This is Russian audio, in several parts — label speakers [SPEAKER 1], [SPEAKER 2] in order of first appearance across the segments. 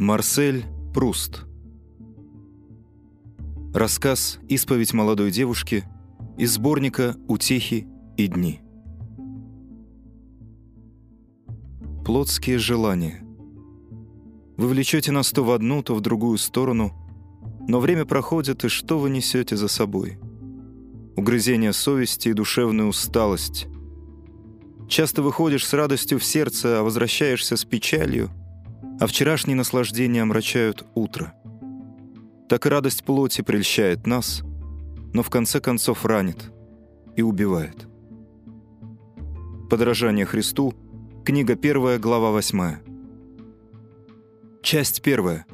[SPEAKER 1] Марсель Пруст. Рассказ «Исповедь молодой девушки» из сборника «Утехи и дни». Плотские желания. Вы влечете нас то в одну, то в другую сторону, но время проходит, и что вы несете за собой? Угрызение совести и душевная усталость. Часто выходишь с радостью в сердце, а возвращаешься с печалью, а вчерашние наслаждения омрачают утро. Так и радость плоти прельщает нас, но в конце концов ранит и убивает. Подражание Христу, книга 1, глава 8. Часть 1.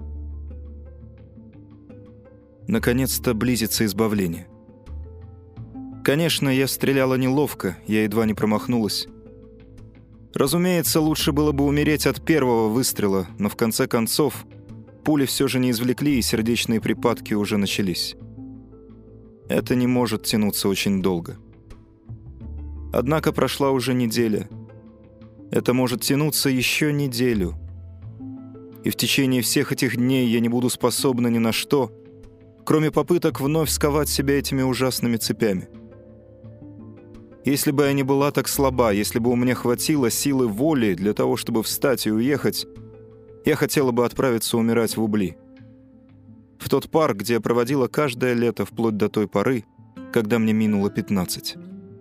[SPEAKER 1] Наконец-то близится избавление. Конечно, я стреляла неловко, я едва не промахнулась. Разумеется, лучше было бы умереть от первого выстрела, но в конце концов пули все же не извлекли, и сердечные припадки уже начались. Это не может тянуться очень долго. Однако прошла уже неделя. Это может тянуться еще неделю. И в течение всех этих дней я не буду способна ни на что, кроме попыток вновь сковать себя этими ужасными цепями. Если бы я не была так слаба, если бы у меня хватило силы воли для того, чтобы встать и уехать, я хотела бы отправиться умирать в Убли. В тот парк, где я проводила каждое лето вплоть до той поры, когда мне минуло 15.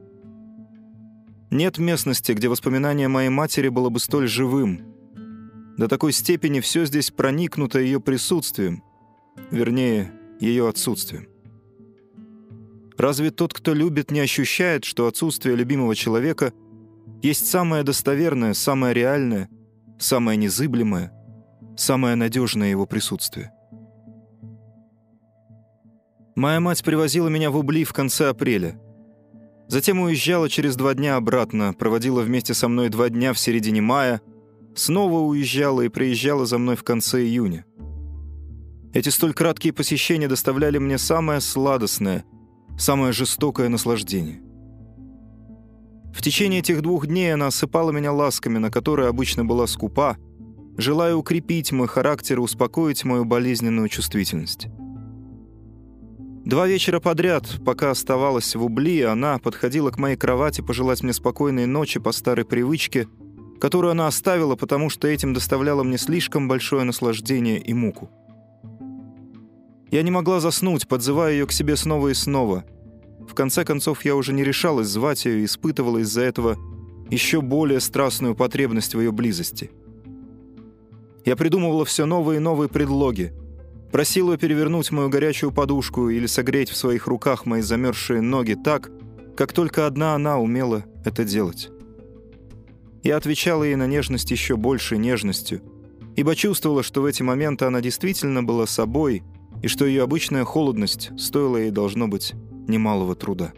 [SPEAKER 1] Нет местности, где воспоминание моей матери было бы столь живым. До такой степени все здесь проникнуто ее присутствием, вернее, ее отсутствием. Разве тот, кто любит, не ощущает, что отсутствие любимого человека есть самое достоверное, самое реальное, самое незыблемое, самое надежное его присутствие? Моя мать привозила меня в Убли в конце апреля. Затем уезжала через 2 дня обратно, проводила вместе со мной 2 дня в середине мая, снова уезжала и приезжала за мной в конце июня. Эти столь краткие посещения доставляли мне самое сладостное, самое жестокое наслаждение. В течение этих 2 дней она осыпала меня ласками, на которые обычно была скупа, желая укрепить мой характер и успокоить мою болезненную чувствительность. 2 вечера подряд, пока оставалась в Убли, она подходила к моей кровати пожелать мне спокойной ночи по старой привычке, которую она оставила, потому что этим доставляло мне слишком большое наслаждение и муку. Я не могла заснуть, подзывая ее к себе снова и снова. В конце концов, я уже не решалась звать ее и испытывала из-за этого еще более страстную потребность в ее близости. Я придумывала все новые и новые предлоги. Просила ее перевернуть мою горячую подушку или согреть в своих руках мои замерзшие ноги так, как только одна она умела это делать. Я отвечала ей на нежность еще большей нежностью, ибо чувствовала, что в эти моменты она действительно была собой, и что ее обычная холодность стоила ей, должно быть, немалого труда.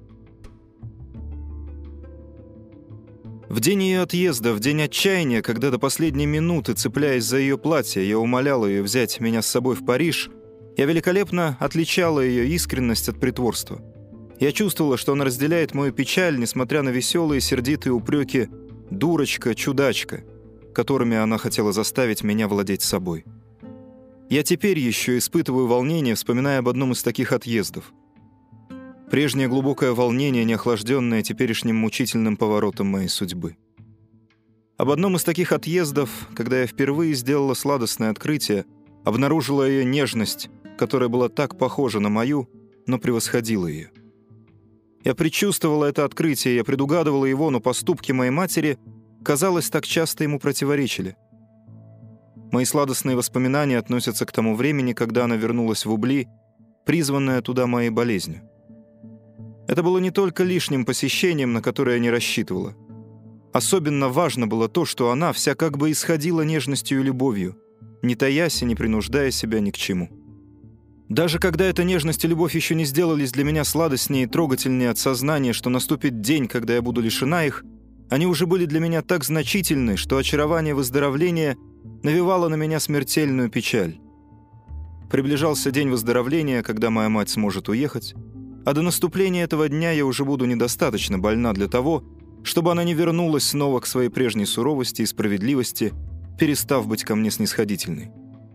[SPEAKER 1] В день ее отъезда, в день отчаяния, когда до последней минуты, цепляясь за ее платье, я умоляла ее взять меня с собой в Париж, я великолепно отличала ее искренность от притворства. Я чувствовала, что она разделяет мою печаль, несмотря на веселые сердитые упреки «дурочка», «чудачка», которыми она хотела заставить меня владеть собой. Я теперь еще испытываю волнение, вспоминая об одном из таких отъездов. Прежнее глубокое волнение, не охлажденное теперешним мучительным поворотом моей судьбы. Об одном из таких отъездов, когда я впервые сделала сладостное открытие, обнаружила ее нежность, которая была так похожа на мою, но превосходила ее. Я предчувствовала это открытие, я предугадывала его, но поступки моей матери, казалось, так часто ему противоречили. Мои сладостные воспоминания относятся к тому времени, когда она вернулась в Убли, призванная туда моей болезнью. Это было не только лишним посещением, на которое я не рассчитывала. Особенно важно было то, что она вся как бы исходила нежностью и любовью, не таясь и не принуждая себя ни к чему. Даже когда эта нежность и любовь еще не сделались для меня сладостнее и трогательнее от сознания, что наступит день, когда я буду лишена их, они уже были для меня так значительны, что очарование выздоровления навевало на меня смертельную печаль. Приближался день выздоровления, когда моя мать сможет уехать, а до наступления этого дня я уже буду недостаточно больна для того, чтобы она не вернулась снова к своей прежней суровости и справедливости, перестав быть ко мне снисходительной.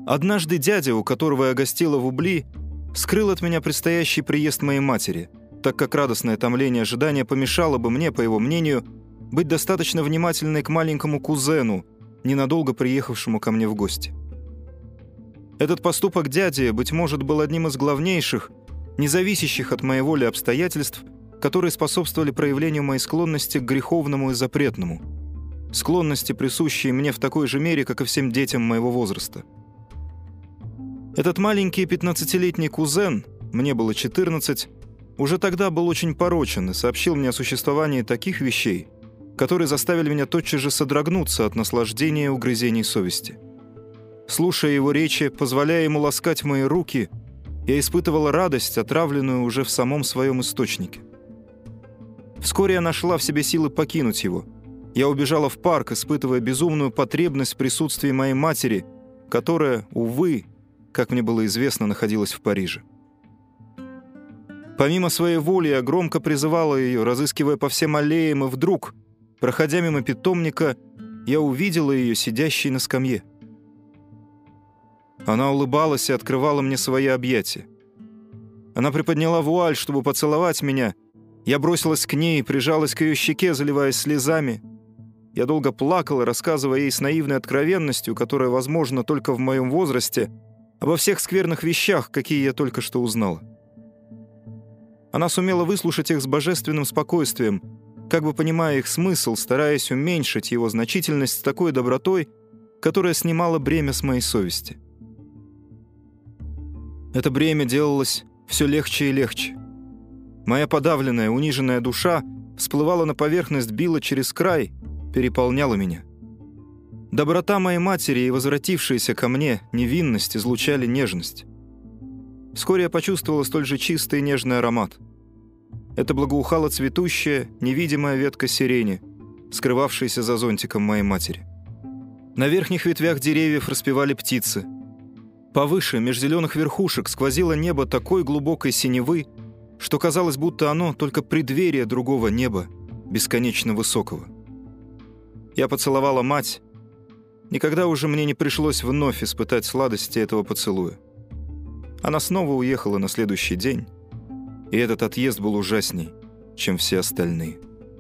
[SPEAKER 1] Однажды дядя, у которого я гостила в Убли, скрыл от меня предстоящий приезд моей матери, так как радостное томление ожидания помешало бы мне, по его мнению, быть достаточно внимательной к маленькому кузену, ненадолго приехавшему ко мне в гости. Этот поступок дяди, быть может, был одним из главнейших, независящих от моей воли обстоятельств, которые способствовали проявлению моей склонности к греховному и запретному, склонности, присущие мне в такой же мере, как и всем детям моего возраста. Этот маленький 15-летний кузен, мне было 14, уже тогда был очень порочен и сообщил мне о существовании таких вещей, которые заставили меня тотчас же содрогнуться от наслаждения и угрызений совести. Слушая его речи, позволяя ему ласкать мои руки, я испытывала радость, отравленную уже в самом своем источнике. Вскоре я нашла в себе силы покинуть его. Я убежала в парк, испытывая безумную потребность в присутствии моей матери, которая, увы, как мне было известно, находилась в Париже. Помимо своей воли, я громко призывала ее, разыскивая по всем аллеям, и вдруг, проходя мимо питомника, я увидела ее, сидящей на скамье. Она улыбалась и открывала мне свои объятия. Она приподняла вуаль, чтобы поцеловать меня. Я бросилась к ней и прижалась к ее щеке, заливаясь слезами. Я долго плакала, рассказывая ей с наивной откровенностью, которая возможна только в моем возрасте, обо всех скверных вещах, какие я только что узнала. Она сумела выслушать их с божественным спокойствием, как бы понимая их смысл, стараясь уменьшить его значительность с такой добротой, которая снимала бремя с моей совести. Это бремя делалось все легче и легче. Моя подавленная, униженная душа всплывала на поверхность, била через край, переполняла меня. Доброта моей матери и возвратившаяся ко мне невинность излучали нежность. Вскоре я почувствовала столь же чистый и нежный аромат. Это благоухала цветущая, невидимая ветка сирени, скрывавшаяся за зонтиком моей матери. На верхних ветвях деревьев распевали птицы. Повыше, меж зеленых верхушек, сквозило небо такой глубокой синевы, что казалось, будто оно только преддверие другого неба, бесконечно высокого. Я поцеловала мать. Никогда уже мне не пришлось вновь испытать сладости этого поцелуя. Она снова уехала на следующий день, и этот отъезд был ужасней, чем все остальные.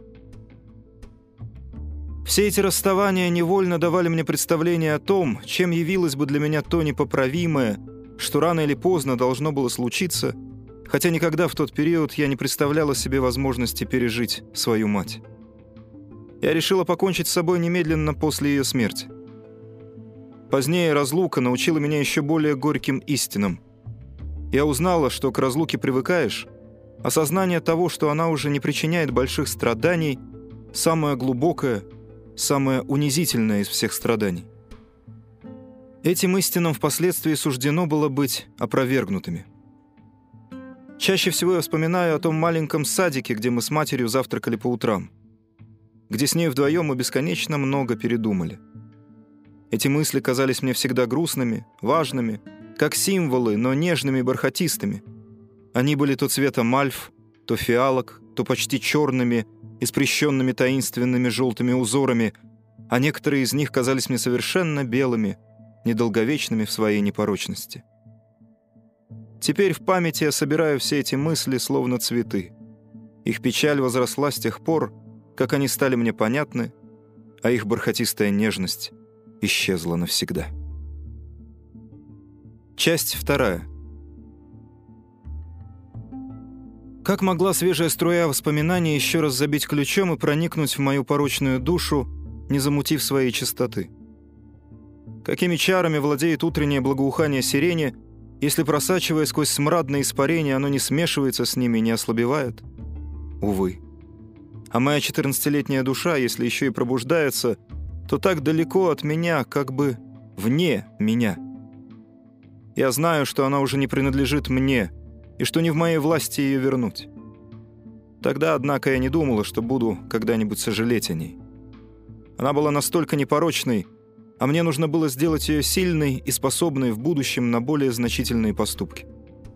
[SPEAKER 1] Все эти расставания невольно давали мне представление о том, чем явилось бы для меня то непоправимое, что рано или поздно должно было случиться, хотя никогда в тот период я не представляла себе возможности пережить свою мать. Я решила покончить с собой немедленно после ее смерти. Позднее разлука научила меня еще более горьким истинам. Я узнала, что к разлуке привыкаешь, осознание того, что она уже не причиняет больших страданий, самое глубокое, самое унизительное из всех страданий. Этим истинам впоследствии суждено было быть опровергнутыми. Чаще всего я вспоминаю о том маленьком садике, где мы с матерью завтракали по утрам, где с ней вдвоем мы бесконечно много передумали. Эти мысли казались мне всегда грустными, важными, как символы, но нежными и бархатистыми. Они были то цвета мальв, то фиалок, то почти черными, испрещенными таинственными желтыми узорами, а некоторые из них казались мне совершенно белыми, недолговечными в своей непорочности. Теперь в памяти я собираю все эти мысли, словно цветы. Их печаль возросла с тех пор, как они стали мне понятны, а их бархатистая нежность исчезла навсегда. Часть 2. Как могла свежая струя воспоминаний еще раз забить ключом и проникнуть в мою порочную душу, не замутив своей чистоты? Какими чарами владеет утреннее благоухание сирени, если, просачивая сквозь смрадные испарения, оно не смешивается с ними и не ослабевает? Увы. А моя 14-летняя душа, если еще и пробуждается, то так далеко от меня, как бы вне меня. Я знаю, что она уже не принадлежит мне, и что не в моей власти ее вернуть. Тогда, однако, я не думала, что буду когда-нибудь сожалеть о ней. Она была настолько непорочной, а мне нужно было сделать ее сильной и способной в будущем на более значительные поступки.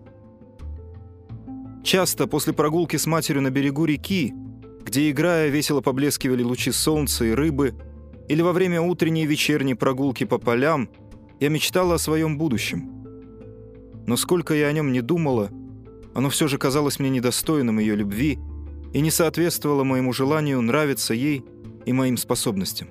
[SPEAKER 1] Часто после прогулки с матерью на берегу реки, где, играя, весело поблескивали лучи солнца и рыбы, или во время утренней и вечерней прогулки по полям, Я мечтала о своем будущем. Но сколько я о нем не думала, оно все же казалось мне недостойным ее любви и не соответствовало моему желанию нравиться ей и моим способностям.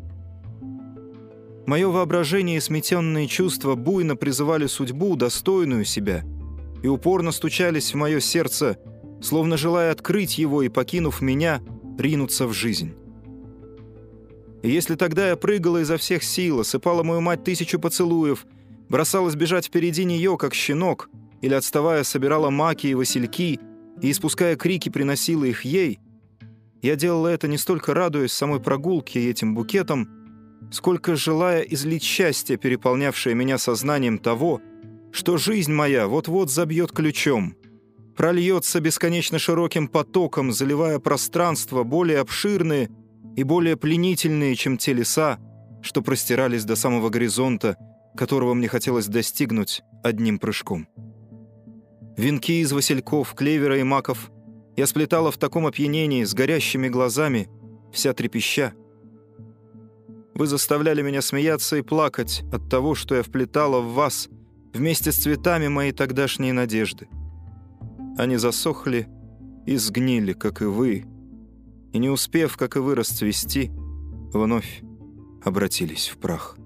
[SPEAKER 1] Мое воображение и сметенные чувства буйно призывали судьбу, достойную себя, и упорно стучались в мое сердце, словно желая открыть его и, покинув меня, ринуться в жизнь. И если тогда я прыгала изо всех сил, осыпала мою мать 1000 поцелуев, бросалась бежать впереди нее, как щенок, или, отставая, собирала маки и васильки и, испуская крики, приносила их ей, я делала это не столько радуясь самой прогулке и этим букетом, сколько желая излить счастье, переполнявшее меня сознанием того, что жизнь моя вот-вот забьет ключом, прольется бесконечно широким потоком, заливая пространства более обширные и более пленительные, чем те леса, что простирались до самого горизонта, которого мне хотелось достигнуть одним прыжком. Венки из васильков, клевера и маков я сплетала в таком опьянении, с горящими глазами, вся трепеща. Вы заставляли меня смеяться и плакать от того, что я вплетала в вас вместе с цветами моей тогдашней надежды. Они засохли и сгнили, как и вы, и, не успев, как и вы, расцвести, вновь обратились в прах.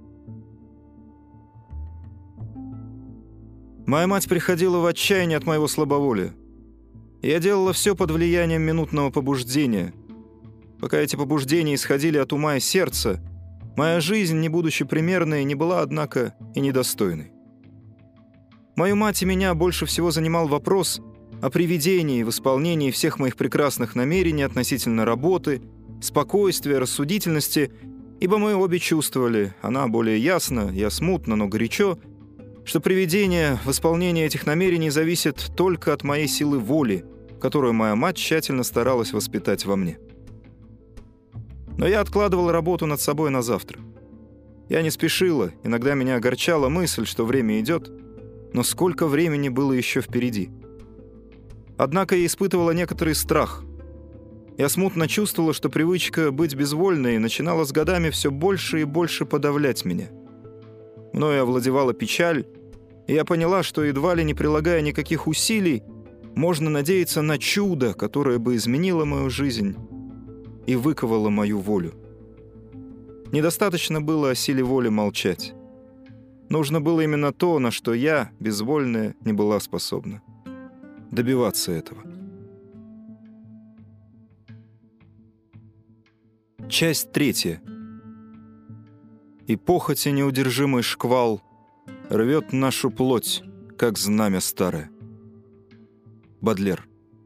[SPEAKER 1] Моя мать приходила в отчаяние от моего слабоволия. Я делала все под влиянием минутного побуждения. Пока эти побуждения исходили от ума и сердца, моя жизнь, не будучи примерной, не была, однако, и недостойной. Мою мать и меня больше всего занимал вопрос о приведении в исполнении всех моих прекрасных намерений относительно работы, спокойствия, рассудительности, ибо мы обе чувствовали, она более ясно, я смутно, но горячо, что приведение в исполнение этих намерений зависит только от моей силы воли, которую моя мать тщательно старалась воспитать во мне. Но я откладывал работу над собой на завтра. Я не спешила, иногда меня огорчала мысль, что время идет, но сколько времени было еще впереди. Однако я испытывала некоторый страх. Я смутно чувствовала, что привычка быть безвольной начинала с годами все больше и больше подавлять меня. Мною овладевала печаль, и я поняла, что, едва ли не прилагая никаких усилий, можно надеяться на чудо, которое бы изменило мою жизнь и выковало мою волю. Недостаточно было о силе воли молчать. Нужно было именно то, на что я, безвольная, не была способна. Добиваться этого. Часть 3. И похоти неудержимый шквал рвет нашу плоть, как знамя старое. Бодлер.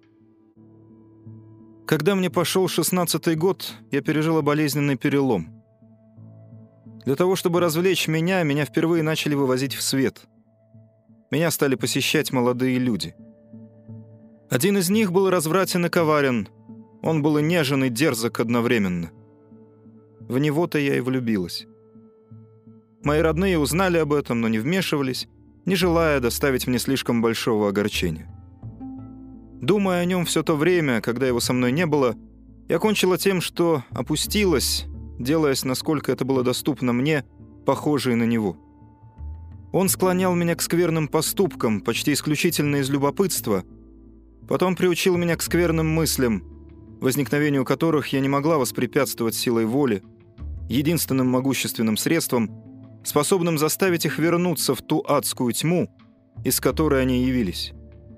[SPEAKER 1] Когда мне пошел 16-й год, я пережила болезненный перелом. Для того, чтобы развлечь меня впервые начали вывозить в свет. Меня стали посещать молодые люди. Один из них был развратен и коварен. Он был и нежен, и дерзок одновременно. В него-то я и влюбилась. Мои родные узнали об этом, но не вмешивались, не желая доставить мне слишком большого огорчения. Думая о нем все то время, когда его со мной не было, я кончила тем, что опустилась, делаясь, насколько это было доступно мне, похожей на него. Он склонял меня к скверным поступкам, почти исключительно из любопытства, потом приучил меня к скверным мыслям, возникновению которых я не могла воспрепятствовать силой воли, единственным могущественным средством, способным заставить их вернуться в ту адскую тьму, из которой они явились.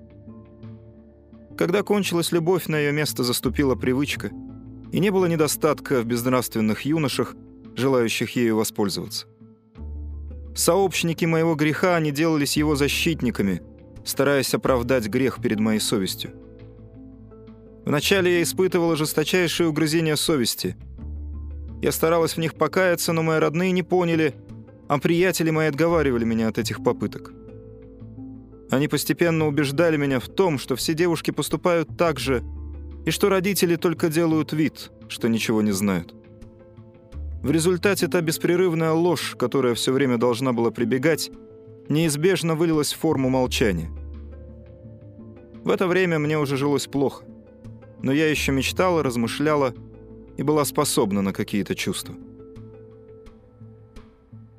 [SPEAKER 1] Когда кончилась любовь, на ее место заступила привычка, и не было недостатка в безнравственных юношах, желающих ею воспользоваться. Сообщники моего греха, они делались его защитниками, стараясь оправдать грех перед моей совестью. Вначале я испытывала жесточайшее угрызение совести. Я старалась в них покаяться, но мои родные не поняли, а приятели мои отговаривали меня от этих попыток. Они постепенно убеждали меня в том, что все девушки поступают так же, и что родители только делают вид, что ничего не знают. В результате та беспрерывная ложь, которая все время должна была прибегать, неизбежно вылилась в форму молчания. В это время мне уже жилось плохо, но я еще мечтала, размышляла и была способна на какие-то чувства.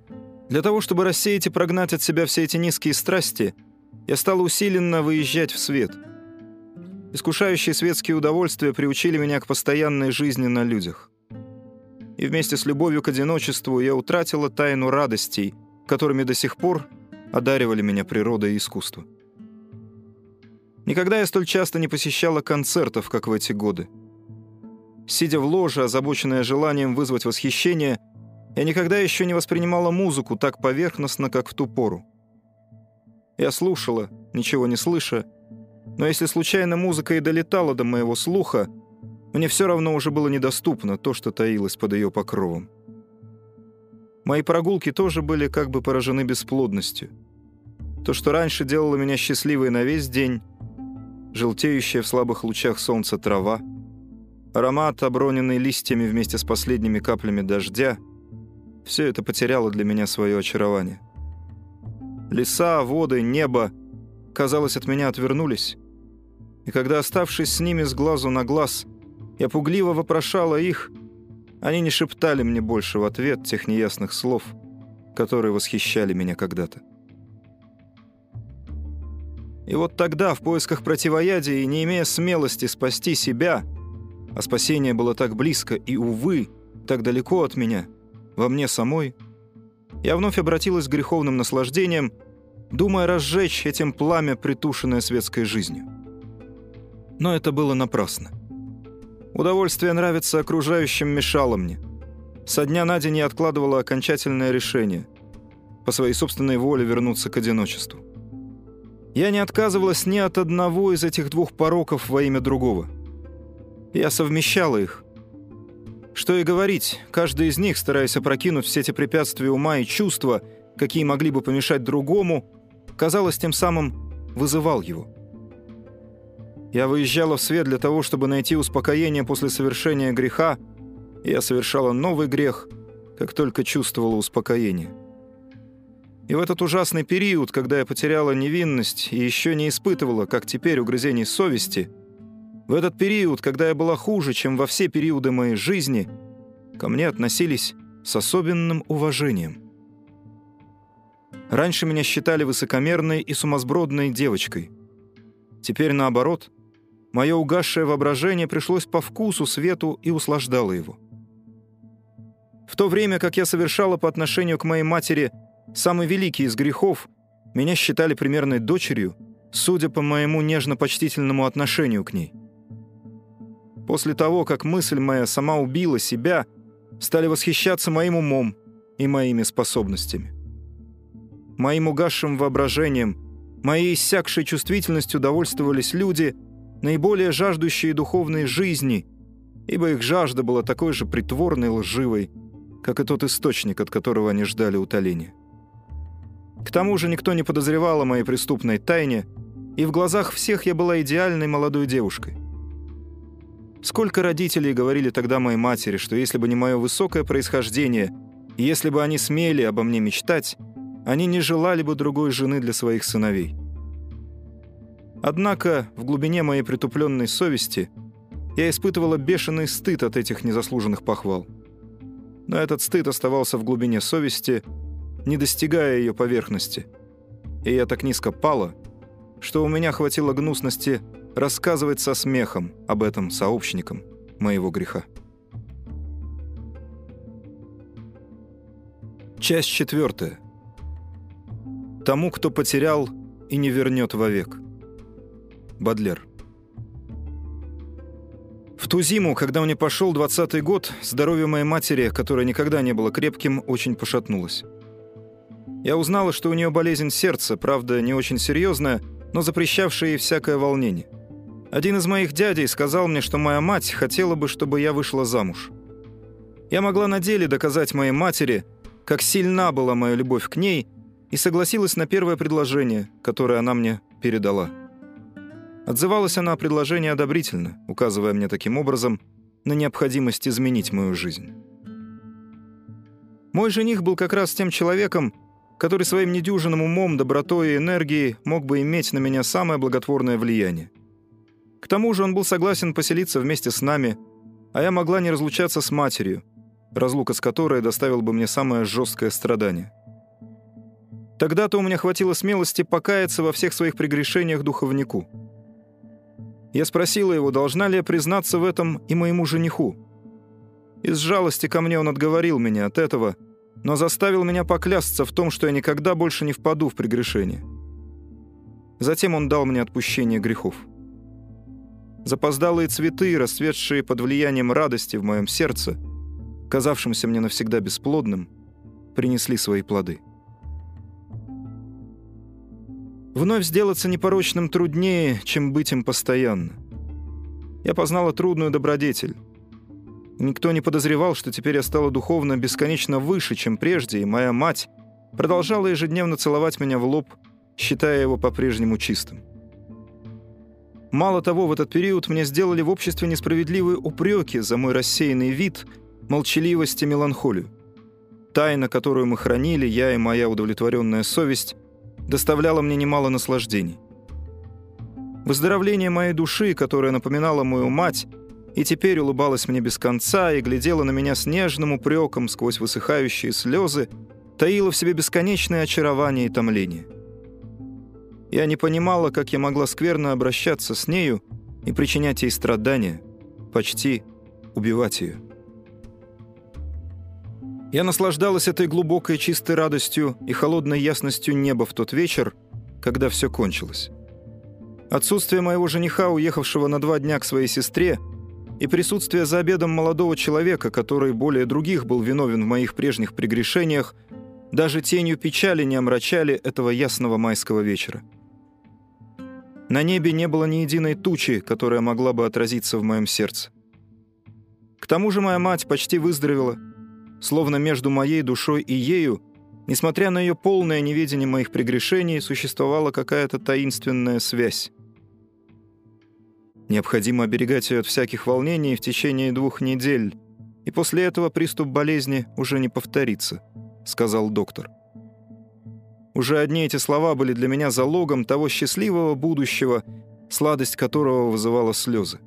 [SPEAKER 1] Для того, чтобы рассеять и прогнать от себя все эти низкие страсти, я стал усиленно выезжать в свет. Искушающие светские удовольствия приучили меня к постоянной жизни на людях. И вместе с любовью к одиночеству я утратила тайну радостей, которыми до сих пор одаривали меня природа и искусство. Никогда я столь часто не посещала концертов, как в эти годы. Сидя в ложе, озабоченная желанием вызвать восхищение, я никогда еще не воспринимала музыку так поверхностно, как в ту пору. Я слушала, ничего не слыша, но если случайно музыка и долетала до моего слуха, мне все равно уже было недоступно то, что таилось под ее покровом. Мои прогулки тоже были как бы поражены бесплодностью. То, что раньше делало меня счастливой на весь день, желтеющая в слабых лучах солнца трава, аромат, оброненный листьями вместе с последними каплями дождя, все это потеряло для меня свое очарование. Леса, воды, небо, казалось, от меня отвернулись, и когда, оставшись с ними с глазу на глаз, я пугливо вопрошала их, они не шептали мне больше в ответ тех неясных слов, которые восхищали меня когда-то. И вот тогда, в поисках противоядия и не имея смелости спасти себя, а спасение было так близко и, увы, так далеко от меня, во мне самой, я вновь обратилась к греховным наслаждениям, думая разжечь этим пламя, притушенное светской жизнью. Но это было напрасно. Удовольствие нравиться окружающим мешало мне. Со дня на день я откладывала окончательное решение по своей собственной воле вернуться к одиночеству. Я не отказывалась ни от одного из этих двух пороков во имя другого. Я совмещала их. Что и говорить, каждый из них, стараясь опрокинуть все эти препятствия ума и чувства, какие могли бы помешать другому, казалось, тем самым вызывал его. Я выезжала в свет для того, чтобы найти успокоение после совершения греха, и я совершала новый грех, как только чувствовала успокоение. И в этот ужасный период, когда я потеряла невинность и еще не испытывала, как теперь, угрызений совести, в этот период, когда я была хуже, чем во все периоды моей жизни, ко мне относились с особенным уважением. Раньше меня считали высокомерной и сумасбродной девочкой. Теперь, наоборот, мое угасшее воображение пришлось по вкусу свету и услаждало его. В то время, как я совершала по отношению к моей матери самый великий из грехов, меня считали примерной дочерью, судя по моему нежно-почтительному отношению к ней. После того, как мысль моя сама убила себя, стали восхищаться моим умом и моими способностями. Моим угасшим воображением, моей иссякшей чувствительностью довольствовались люди, наиболее жаждущие духовной жизни, ибо их жажда была такой же притворной и лживой, как и тот источник, от которого они ждали утоления. К тому же никто не подозревал о моей преступной тайне, и в глазах всех я была идеальной молодой девушкой. Сколько родителей говорили тогда моей матери, что если бы не мое высокое происхождение, и если бы они смели обо мне мечтать, они не желали бы другой жены для своих сыновей. Однако в глубине моей притупленной совести я испытывала бешеный стыд от этих незаслуженных похвал. Но этот стыд оставался в глубине совести, не достигая ее поверхности. И я так низко пала, что у меня хватило гнусности рассказывать со смехом об этом сообщникам моего греха. Часть 4. Тому, кто потерял и не вернет вовек. Бодлер. В ту зиму, когда мне пошел 20-й год, здоровье моей матери, которое никогда не было крепким, очень пошатнулось. Я узнала, что у нее болезнь сердца, правда, не очень серьезная, но запрещавшая ей всякое волнение. Один из моих дядей сказал мне, что моя мать хотела бы, чтобы я вышла замуж. Я могла на деле доказать моей матери, как сильна была моя любовь к ней, и согласилась на первое предложение, которое она мне передала. Отзывалась она о предложении одобрительно, указывая мне таким образом на необходимость изменить мою жизнь. Мой жених был как раз тем человеком, который своим недюжинным умом, добротой и энергией мог бы иметь на меня самое благотворное влияние. К тому же он был согласен поселиться вместе с нами, а я могла не разлучаться с матерью, разлука с которой доставила бы мне самое жесткое страдание. Тогда-то у меня хватило смелости покаяться во всех своих прегрешениях духовнику. Я спросила его, должна ли я признаться в этом и моему жениху. Из жалости ко мне он отговорил меня от этого, но заставил меня поклясться в том, что я никогда больше не впаду в прегрешение. Затем он дал мне отпущение грехов. Запоздалые цветы, расцветшие под влиянием радости в моем сердце, казавшимся мне навсегда бесплодным, принесли свои плоды. Вновь сделаться непорочным труднее, чем быть им постоянно. Я познала трудную добродетель. Никто не подозревал, что теперь я стала духовно бесконечно выше, чем прежде, и моя мать продолжала ежедневно целовать меня в лоб, считая его по-прежнему чистым. Мало того, в этот период мне сделали в обществе несправедливые упреки за мой рассеянный вид, молчаливость и меланхолию. Тайна, которую мы хранили, я и моя удовлетворенная совесть, доставляла мне немало наслаждений. Выздоровление моей души, которая напоминала мою мать, и теперь улыбалась мне без конца и глядела на меня с нежным упреком сквозь высыхающие слезы, таила в себе бесконечное очарование и томление. Я не понимала, как я могла скверно обращаться с нею и причинять ей страдания, почти убивать ее. Я наслаждалась этой глубокой чистой радостью и холодной ясностью неба в тот вечер, когда все кончилось. Отсутствие моего жениха, уехавшего на 2 дня к своей сестре, и присутствие за обедом молодого человека, который более других был виновен в моих прежних прегрешениях, даже тенью печали не омрачали этого ясного майского вечера. На небе не было ни единой тучи, которая могла бы отразиться в моем сердце. К тому же моя мать почти выздоровела, словно между моей душой и ею, несмотря на ее полное неведение моих прегрешений, существовала какая-то таинственная связь. Необходимо оберегать ее от всяких волнений в течение 2 недель, и после этого приступ болезни уже не повторится, сказал доктор. Уже одни эти слова были для меня залогом того счастливого будущего, сладость которого вызывала слезы.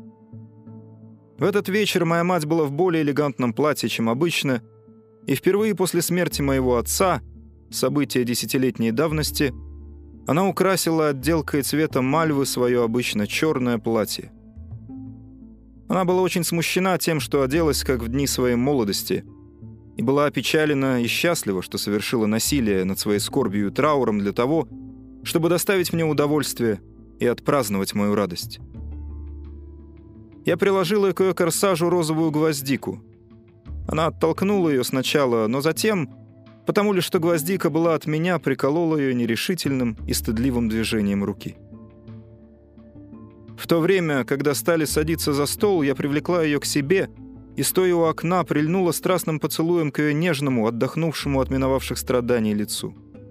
[SPEAKER 1] В этот вечер моя мать была в более элегантном платье, чем обычно, и впервые после смерти моего отца, события 10-летней давности, она украсила отделкой цвета мальвы свое обычно черное платье. Она была очень смущена тем, что оделась, как в дни своей молодости, и была опечалена и счастлива, что совершила насилие над своей скорбью и трауром для того, чтобы доставить мне удовольствие и отпраздновать мою радость. Я приложила к ее корсажу розовую гвоздику. Она оттолкнула ее сначала, но затем, потому ли что гвоздика была от меня, приколола ее нерешительным и стыдливым движением руки. В то время, когда стали садиться за стол, я привлекла ее к себе и, стоя у окна, прильнула страстным поцелуем к ее нежному, отдохнувшему от миновавших страданий лицу.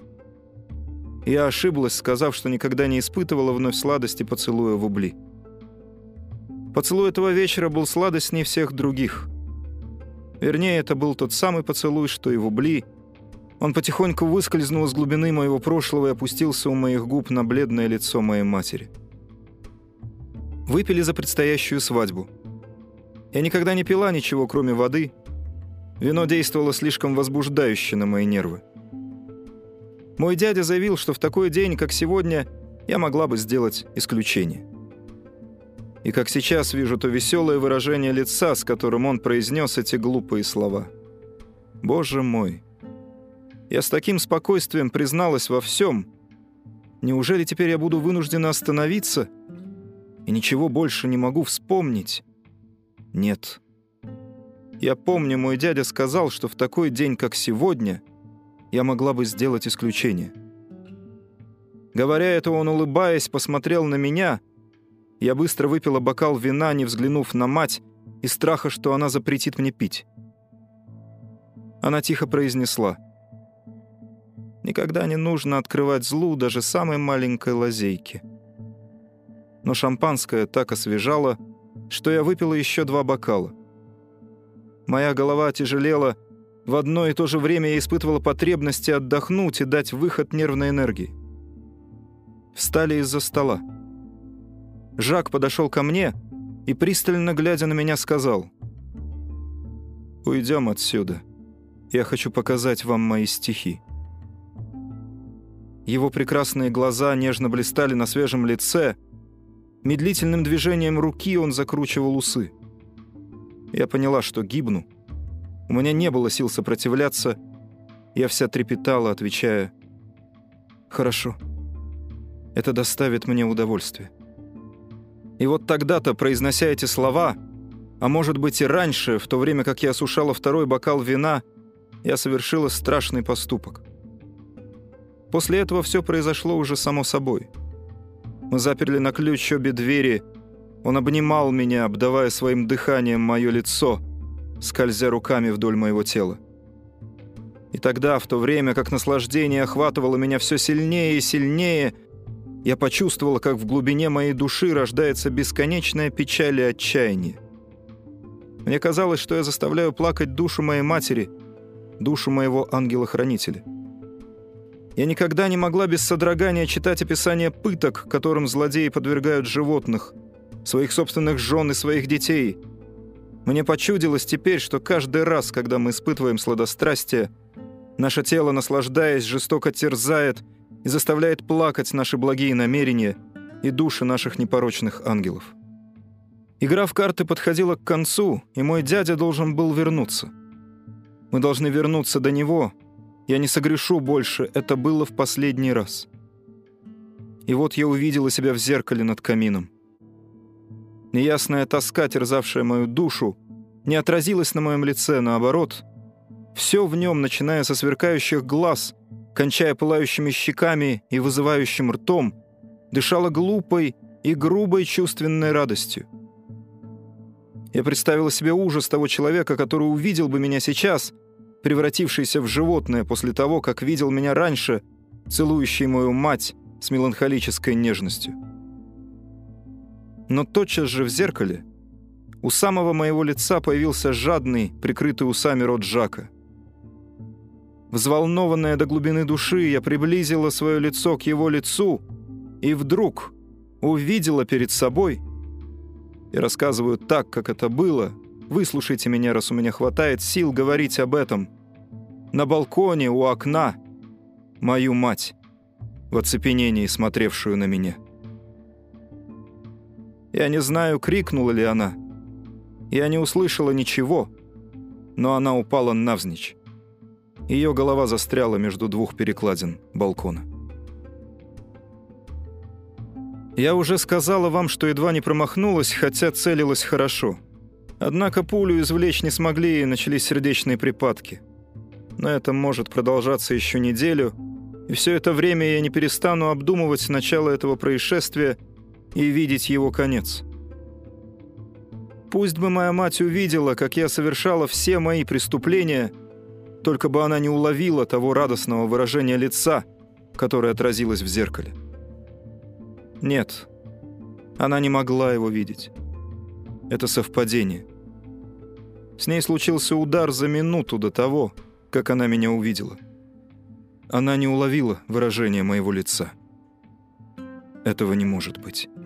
[SPEAKER 1] Я ошиблась, сказав, что никогда не испытывала вновь сладости поцелуя в убли. Поцелуй этого вечера был сладостней всех других. Вернее, это был тот самый поцелуй, что и в убли. Он потихоньку выскользнул из глубины моего прошлого и опустился у моих губ на бледное лицо моей матери. Выпили за предстоящую свадьбу. Я никогда не пила ничего, кроме воды. Вино действовало слишком возбуждающе на мои нервы. Мой дядя заявил, что в такой день, как сегодня, я могла бы сделать исключение. И как сейчас вижу то веселое выражение лица, с которым он произнес эти глупые слова. Боже мой! Я с таким спокойствием призналась во всем. Неужели теперь я буду вынуждена остановиться и ничего больше не могу вспомнить? Нет. Я помню, мой дядя сказал, что в такой день, как сегодня, я могла бы сделать исключение. Говоря это, он, улыбаясь, посмотрел на меня. Я быстро выпила бокал вина, не взглянув на мать, из страха, что она запретит мне пить. Она тихо произнесла: «Никогда не нужно открывать злу даже самой маленькой лазейки». Но шампанское так освежало, что я выпила еще 2 бокала. Моя голова тяжелела, в одно и то же время я испытывала потребности отдохнуть и дать выход нервной энергии. Встали из-за стола. Жак подошел ко мне и, пристально глядя на меня, сказал: «Уйдем отсюда. Я хочу показать вам мои стихи». Его прекрасные глаза нежно блистали на свежем лице. Медлительным движением руки он закручивал усы. Я поняла, что гибну. У меня не было сил сопротивляться. Я вся трепетала, отвечая: «Хорошо. Это доставит мне удовольствие». И вот тогда-то, произнося эти слова, а может быть и раньше, в то время как я осушала второй бокал вина, я совершила страшный поступок. После этого все произошло уже само собой. Мы заперли на ключ обе двери. Он обнимал меня, обдавая своим дыханием мое лицо, скользя руками вдоль моего тела. И тогда, в то время, как наслаждение охватывало меня все сильнее и сильнее, я почувствовала, как в глубине моей души рождается бесконечная печаль и отчаяние. Мне казалось, что я заставляю плакать душу моей матери, душу моего ангела-хранителя. Я никогда не могла без содрогания читать описание пыток, которым злодеи подвергают животных, своих собственных жен и своих детей. Мне почудилось теперь, что каждый раз, когда мы испытываем сладострастие, наше тело, наслаждаясь, жестоко терзает и заставляет плакать наши благие намерения и души наших непорочных ангелов. Игра в карты подходила к концу, и мой дядя должен был вернуться. Мы должны вернуться до него. Я не согрешу больше, это было в последний раз. И вот я увидела себя в зеркале над камином. Неясная тоска, терзавшая мою душу, не отразилась на моем лице, наоборот. Все в нем, начиная со сверкающих глаз, кончая пылающими щеками и вызывающим ртом, дышало глупой и грубой чувственной радостью. Я представила себе ужас того человека, который увидел бы меня сейчас, превратившийся в животное после того, как видел меня раньше, целующий мою мать с меланхолической нежностью. Но тотчас же в зеркале у самого моего лица появился жадный, прикрытый усами рот Жака. Взволнованная до глубины души, я приблизила свое лицо к его лицу и вдруг увидела перед собой, и рассказываю так, как это было, выслушайте меня, раз у меня хватает сил говорить об этом, на балконе у окна мою мать, в оцепенении смотревшую на меня. Я не знаю, крикнула ли она. Я не услышала ничего, но она упала навзничь. Ее голова застряла между двух перекладин балкона. Я уже сказала вам, что едва не промахнулась, хотя целилась хорошо. Однако пулю извлечь не смогли, и начались сердечные припадки. Но это может продолжаться еще неделю, и все это время я не перестану обдумывать начало этого происшествия и видеть его конец. Пусть бы моя мать увидела, как я совершала все мои преступления, только бы она не уловила того радостного выражения лица, которое отразилось в зеркале. Нет, она не могла его видеть. Это совпадение. С ней случился удар за минуту до того, как она меня увидела. Она не уловила выражение моего лица. Этого не может быть.